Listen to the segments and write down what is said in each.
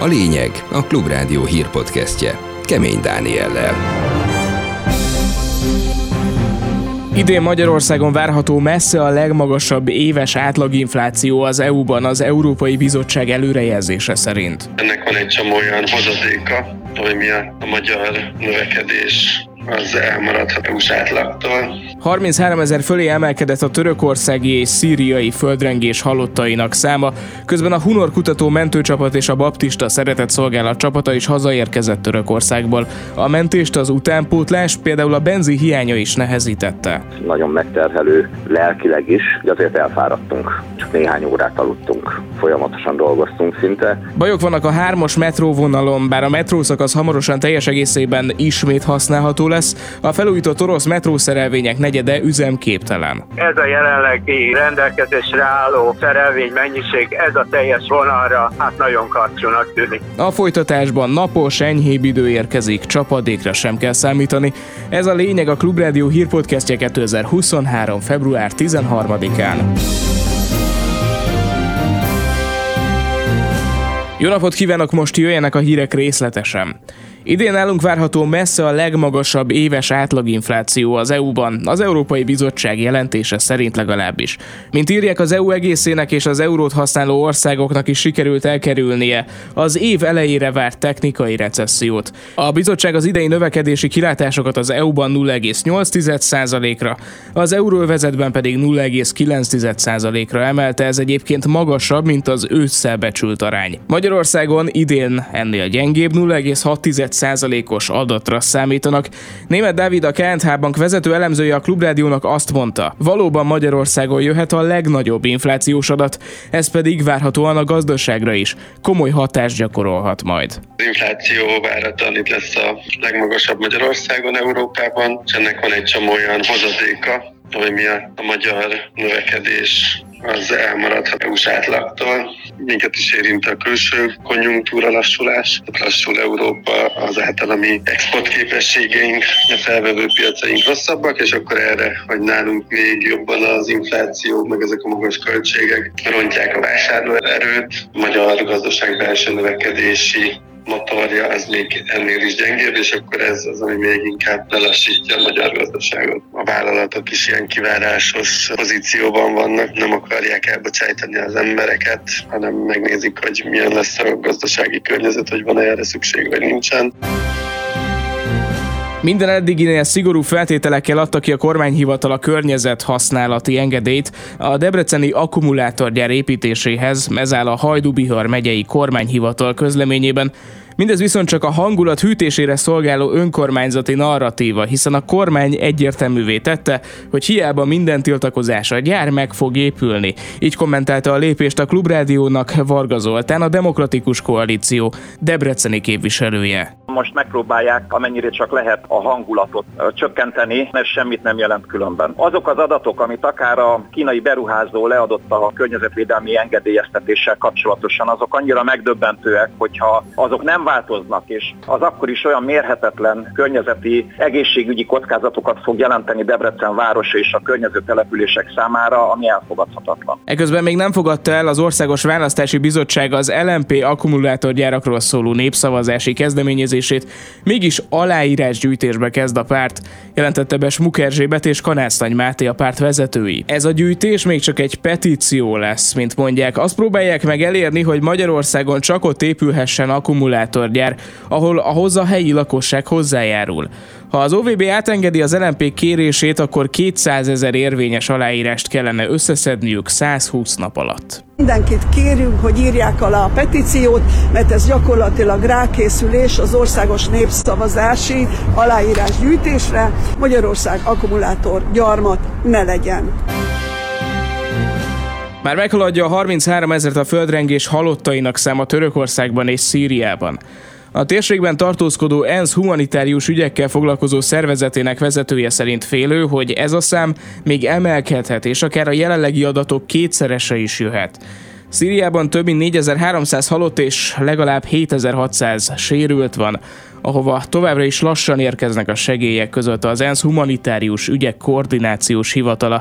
A lényeg a Klubrádió hírpodcastje Kemény Dániellel. Idén Magyarországon várható messze a legmagasabb éves átlaginfláció az EU-ban az Európai Bizottság előrejelzése szerint. Ennek van egy csomó olyan hozadéka, hogy miatt a magyar növekedés az elmaradhat EU-s átlagtól. 33 000 fölé emelkedett a törökországi és szíriai földrengés halottainak száma, közben a Hunor kutató mentőcsapat és a baptista szeretetszolgálat csapata is hazaérkezett Törökországból. A mentést az utánpótlás, például a benzin hiánya is nehezítette. Nagyon megterhelő lelkileg is, de azért elfáradtunk. Csak néhány órát aludtunk, folyamatosan dolgoztunk szinte. Bajok vannak a 3-as metróvonalon, bár a metrószakasz hamarosan teljes egészében ismét használható lesz, a felújított orosz metrószerelvények negyede üzemképtelen. Ez a jelenlegi rendelkezésre álló szerelvény mennyiség, ez a teljes vonalra nagyon karcsúnak tűnik. A folytatásban napos, enyhébb idő érkezik, csapadékra sem kell számítani. Ez a lényeg a Klubrádió hírpodcastje 2023. február 13-án. Jó napot kívánok, most jöjjenek a hírek részletesen. Idén nálunk várható messze a legmagasabb éves átlaginfláció az EU-ban, az Európai Bizottság jelentése szerint legalábbis. Mint írják, az EU egészének és az eurót használó országoknak is sikerült elkerülnie az év elejére várt technikai recessziót. A bizottság az idei növekedési kilátásokat az EU-ban 0,8%-ra, az euróövezetben pedig 0,9%-ra emelte, ez egyébként magasabb, mint az ősszel becsült arány. Magyarországon idén ennél gyengébb 0,6%-os adatra számítanak. Németh Dávid, a KNH Bank vezető elemzője a Klubrádiónak azt mondta, valóban Magyarországon jöhet a legnagyobb inflációs adat, ez pedig várhatóan a gazdaságra is komoly hatást gyakorolhat majd. Az infláció váratlan itt lesz a legmagasabb Magyarországon, Európában, és ennek van egy csomó olyan hozadéka, hogy miatt a magyar növekedés az elmaradhat EU-s átlagtól. Minket is érint a külső konjunktúra lassulás. Lassul Európa, azáltal a mi exportképességeink, a felvevő piacaink rosszabbak, és akkor erre, hogy nálunk még jobban az infláció, meg ezek a magas költségek rontják a vásárlóerőt. A magyar gazdaság belső növekedési motorja az még ennél is gyengébb, és akkor ez az, ami még inkább lelassítja a magyar gazdaságot. A vállalatok is ilyen kivárásos pozícióban vannak, nem akarják elbocsájtani az embereket, hanem megnézik, hogy milyen lesz a gazdasági környezet, hogy van erre szükség, vagy nincsen. Minden eddiginél szigorú feltételekkel adta ki a kormányhivatal a környezethasználati engedélyt a debreceni akkumulátorgyár építéséhez, ez áll a Hajdú-Bihar megyei kormányhivatal közleményében. Mindez viszont csak a hangulat hűtésére szolgáló önkormányzati narratíva, hiszen a kormány egyértelművé tette, hogy hiába minden tiltakozás, a gyár meg fog épülni. Így kommentálta a lépést a Klubrádiónak Varga Zoltán, a Demokratikus Koalíció debreceni képviselője. Most megpróbálják, amennyire csak lehet a hangulatot csökkenteni, mert semmit nem jelent különben. Azok az adatok, amit akár a kínai beruházó leadott a környezetvédelmi engedélyeztetéssel kapcsolatosan, azok annyira megdöbbentőek, hogyha azok nem változnak, és az akkor is olyan mérhetetlen környezeti egészségügyi kockázatokat fog jelenteni Debrecen városa és a környező települések számára, ami elfogadhatatlan. Eközben még nem fogadta el az Országos Választási Bizottság az LMP akkumulátorgyárakról szóló népszavazási kezdeményezését, mégis aláírásgyűjtésbe kezd a párt, jelentette be Smuk Erzsébet és Kanásztany Máté, a párt vezetői. Ez a gyűjtés még csak egy petíció lesz, mint mondják. Azt próbálják meg elérni, hogy Magyarországon csak ott épülhessen akkumulátorgyár, ahol ahhoz a helyi lakosság hozzájárul. Ha az OVB átengedi az LMP kérését, akkor 200 000 érvényes aláírást kellene összeszedniük 120 nap alatt. Mindenkit kérünk, hogy írják alá a petíciót, mert ez gyakorlatilag rákészülés az országos népszavazási aláírásgyűjtésre. Magyarország akkumulátorgyarmat ne legyen. Már meghaladja a 33 000 a földrengés halottainak száma Törökországban és Szíriában. A térségben tartózkodó ENSZ humanitárius ügyekkel foglalkozó szervezetének vezetője szerint félő, hogy ez a szám még emelkedhet, és akár a jelenlegi adatok kétszerese is jöhet. Szíriában több mint 4300 halott és legalább 7600 sérült van, ahova továbbra is lassan érkeznek a segélyek, között az ENSZ humanitárius ügyek koordinációs hivatala.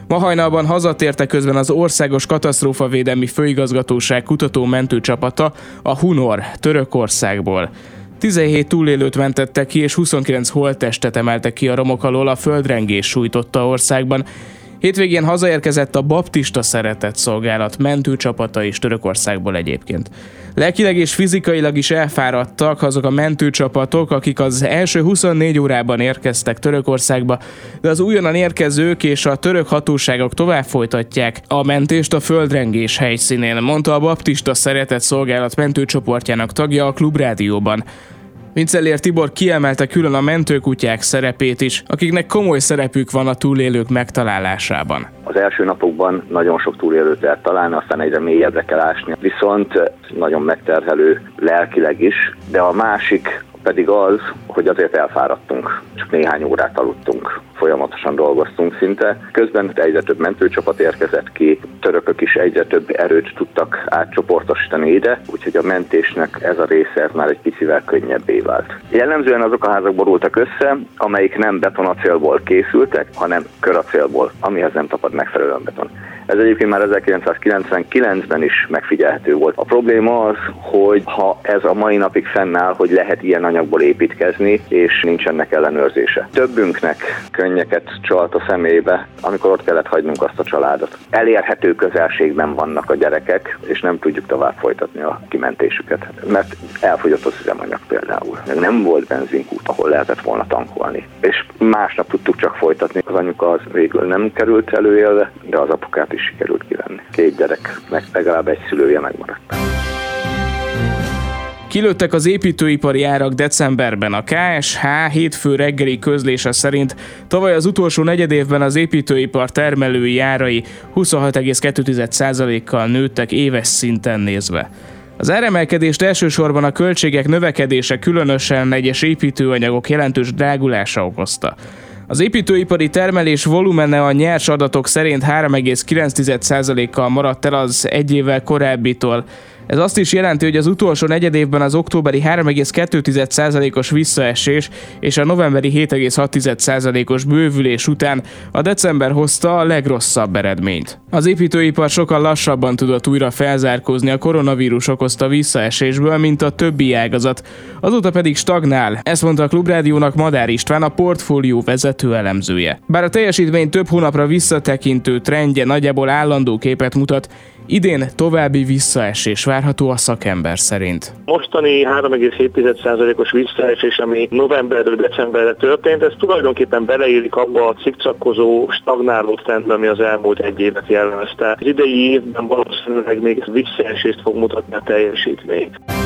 Ma hajnalban hazatértek közben az Országos Katasztrófavédelmi Főigazgatóság kutató-mentőcsapata, a HUNOR Törökországból. 17 túlélőt mentettek ki, és 29 holttestet emeltek ki a romok alól a földrengés sújtotta országban. Hétvégén hazaérkezett a Baptista Szeretetszolgálat mentőcsapata is Törökországból egyébként. Lelkileg és fizikailag is elfáradtak azok a mentőcsapatok, akik az első 24 órában érkeztek Törökországba, de az újonnan érkezők és a török hatóságok tovább folytatják a mentést a földrengés helyszínén, mondta a Baptista Szeretetszolgálat mentőcsoportjának tagja a Klubrádióban. Vincellér Tibor kiemelte külön a mentőkutyák szerepét is, akiknek komoly szerepük van a túlélők megtalálásában. Az első napokban nagyon sok túlélőt lehet találni, aztán egyre mélyebbre kell ásni, viszont nagyon megterhelő lelkileg is, de a másik pedig az, hogy azért elfáradtunk, csak néhány órát aludtunk, folyamatosan dolgoztunk szinte. Közben egyre több mentőcsapat érkezett ki, törökök is egyre több erőt tudtak átcsoportosítani ide, úgyhogy a mentésnek ez a része már egy picivel könnyebbé vált. Jellemzően azok a házak borultak össze, amelyik nem betonacélból készültek, hanem köracélból, amihez nem tapad megfelelően beton. Ez egyébként már 1999-ben is megfigyelhető volt. A probléma az, hogy ha ez a mai napig fennáll, hogy lehet ilyen anyagból építkezni, és nincsenek ellenőrzése. Többünknek könnyeket csalt a szemébe, amikor ott kellett hagynunk azt a családot. Elérhető közelségben vannak a gyerekek, és nem tudjuk tovább folytatni a kimentésüket, mert elfogyott az üzemanyag például. Nem volt benzinkút, ahol lehetett volna tankolni. És másnap tudtuk csak folytatni. Az anyuka az végül nem került előélve, de az apukát is sikerült kivenni. 2 gyerek, meg legalább egy szülője megmaradt. Kilőttek az építőipari árak decemberben. A KSH hétfő reggeli közlése szerint tavaly az utolsó negyedévben az építőipar termelői árai 26,2%-kal nőttek éves szinten nézve. Az áremelkedést elsősorban a költségek növekedése, különösen egyes építőanyagok jelentős drágulása okozta. Az építőipari termelés volumene a nyers adatok szerint 3,9%-kal maradt el az egy évvel korábbitól. Ez azt is jelenti, hogy az utolsó negyedévben az októberi 3,2%-os visszaesés és a novemberi 7,6%-os bővülés után a december hozta a legrosszabb eredményt. Az építőipar sokkal lassabban tudott újra felzárkózni a koronavírus okozta visszaesésből, mint a többi ágazat, azóta pedig stagnál. Ezt mondta a Klubrádiónak Madár István, a portfólió vezető elemzője. Bár a teljesítmény több hónapra visszatekintő trendje nagyjából állandó képet mutat, idén további visszaesés várható a szakember szerint. Mostani 3,7%-os visszaesés, ami novemberről decemberre történt, ez tulajdonképpen beleillik abba a cikcakkozó, stagnáló trendbe, ami az elmúlt egy évet jellemezte. Az idei évben valószínűleg még visszaesést fog mutatni a teljesítmény.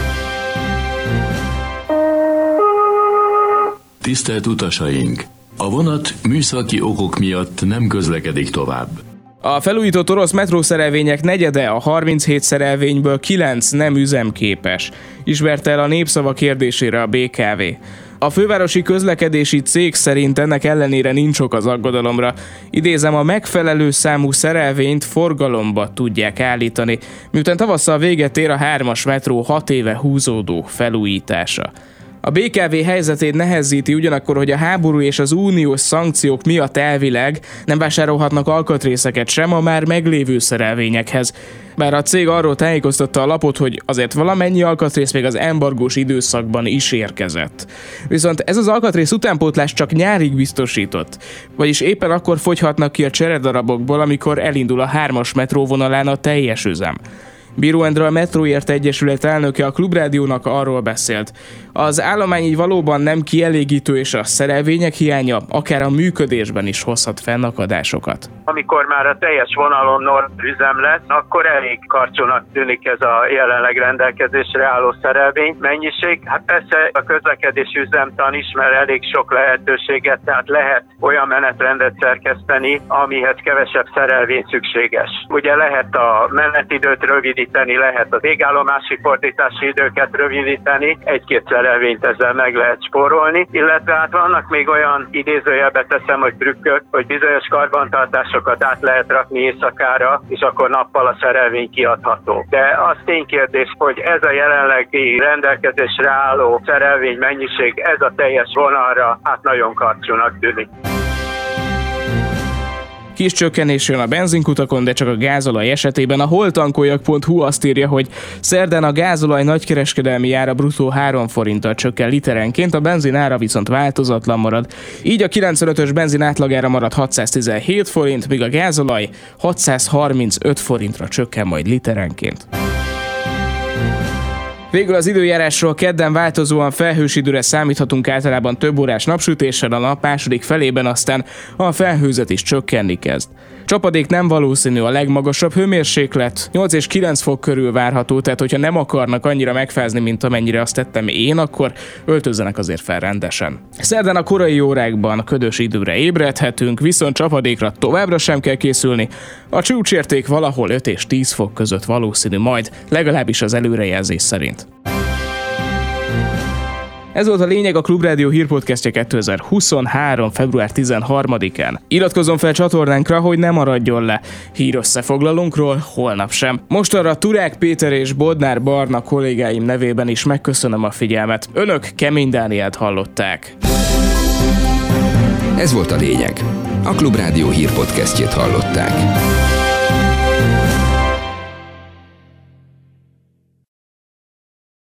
Tisztelt utasaink! A vonat műszaki okok miatt nem közlekedik tovább. A felújított orosz metrószerelvények negyede, a 37 szerelvényből 9 nem üzemképes, ismerte el a Népszava kérdésére a BKV. A fővárosi közlekedési cég szerint ennek ellenére nincs ok az aggodalomra. Idézem, a megfelelő számú szerelvényt forgalomba tudják állítani, miután tavasszal véget ér a 3-as metró 6 éve húzódó felújítása. A BKV helyzetét nehezíti ugyanakkor, hogy a háború és az uniós szankciók miatt elvileg nem vásárolhatnak alkatrészeket sem a már meglévő szerelvényekhez. Bár a cég arról tájékoztatta a lapot, hogy azért valamennyi alkatrész még az embargós időszakban is érkezett. Viszont ez az alkatrész utánpótlás csak nyárig biztosított, vagyis éppen akkor fogyhatnak ki a cseredarabokból, amikor elindul a 3-as metróvonalán a teljes üzem. Bíró Endre, a Metróért Egyesület elnöke a Klubrádiónak arról beszélt. Az állomány így valóban nem kielégítő, és a szerelvények hiánya akár a működésben is hozhat fennakadásokat. Amikor már a teljes vonalon üzem lesz, akkor elég karcsúnak tűnik ez a jelenleg rendelkezésre álló szerelvény mennyiség. Hát persze a közlekedési üzemtan ismer elég sok lehetőséget, tehát lehet olyan menetrendet szerkeszteni, amihez kevesebb szerelvény szükséges. Ugye lehet a menetidőt rövidíteni, lehet a végállomási fordítási időket rövidíteni, 1-2 szerelvényt ezzel meg lehet spórolni, illetve hát vannak még olyan, idézőjelbe teszem, hogy trükkök, hogy bizonyos karbantartásokat át lehet rakni éjszakára, és akkor nappal a szerelvény kiadható. De az ténykérdés, hogy ez a jelenlegi rendelkezésre álló szerelvény mennyiség, ez a teljes vonalra hát nagyon karcsúnak tűnik. Kis csökkenés jön a benzinkutakon, de csak a gázolaj esetében. A holtankoljak.hu azt írja, hogy szerdán a gázolaj nagykereskedelmi ára bruttó 3 forinttal csökken literenként, a benzin ára viszont változatlan marad. Így a 95-ös benzin átlagára marad 617 forint, míg a gázolaj 635 forintra csökken majd literenként. Végül az időjárásról: kedden változóan felhős időre számíthatunk, általában több órás napsütéssel, a nap második felében aztán a felhőzet is csökkenni kezd. Csapadék nem valószínű, a legmagasabb hőmérséklet 8 és 9 fok körül várható, tehát hogyha nem akarnak annyira megfázni, mint amennyire azt tettem én, akkor öltözzenek azért fel rendesen. Szerdán a korai órákban ködös időre ébredhetünk, viszont csapadékra továbbra sem kell készülni. A csúcsérték valahol 5 és 10 fok között valószínű majd, legalábbis az előrejelzés szerint. Ez volt a lényeg, a Klubrádió hírpodcastje 2023. február 13-án. Iratkozzon fel csatornánkra, hogy ne maradjon le hírösszefoglalunkról holnap sem. Mostanra Turák Péter és Bodnár Barna kollégáim nevében is megköszönöm a figyelmet. Önök Kemény Dánielt hallották. Ez volt a lényeg. A Klubrádió hírpodcastjét hallották.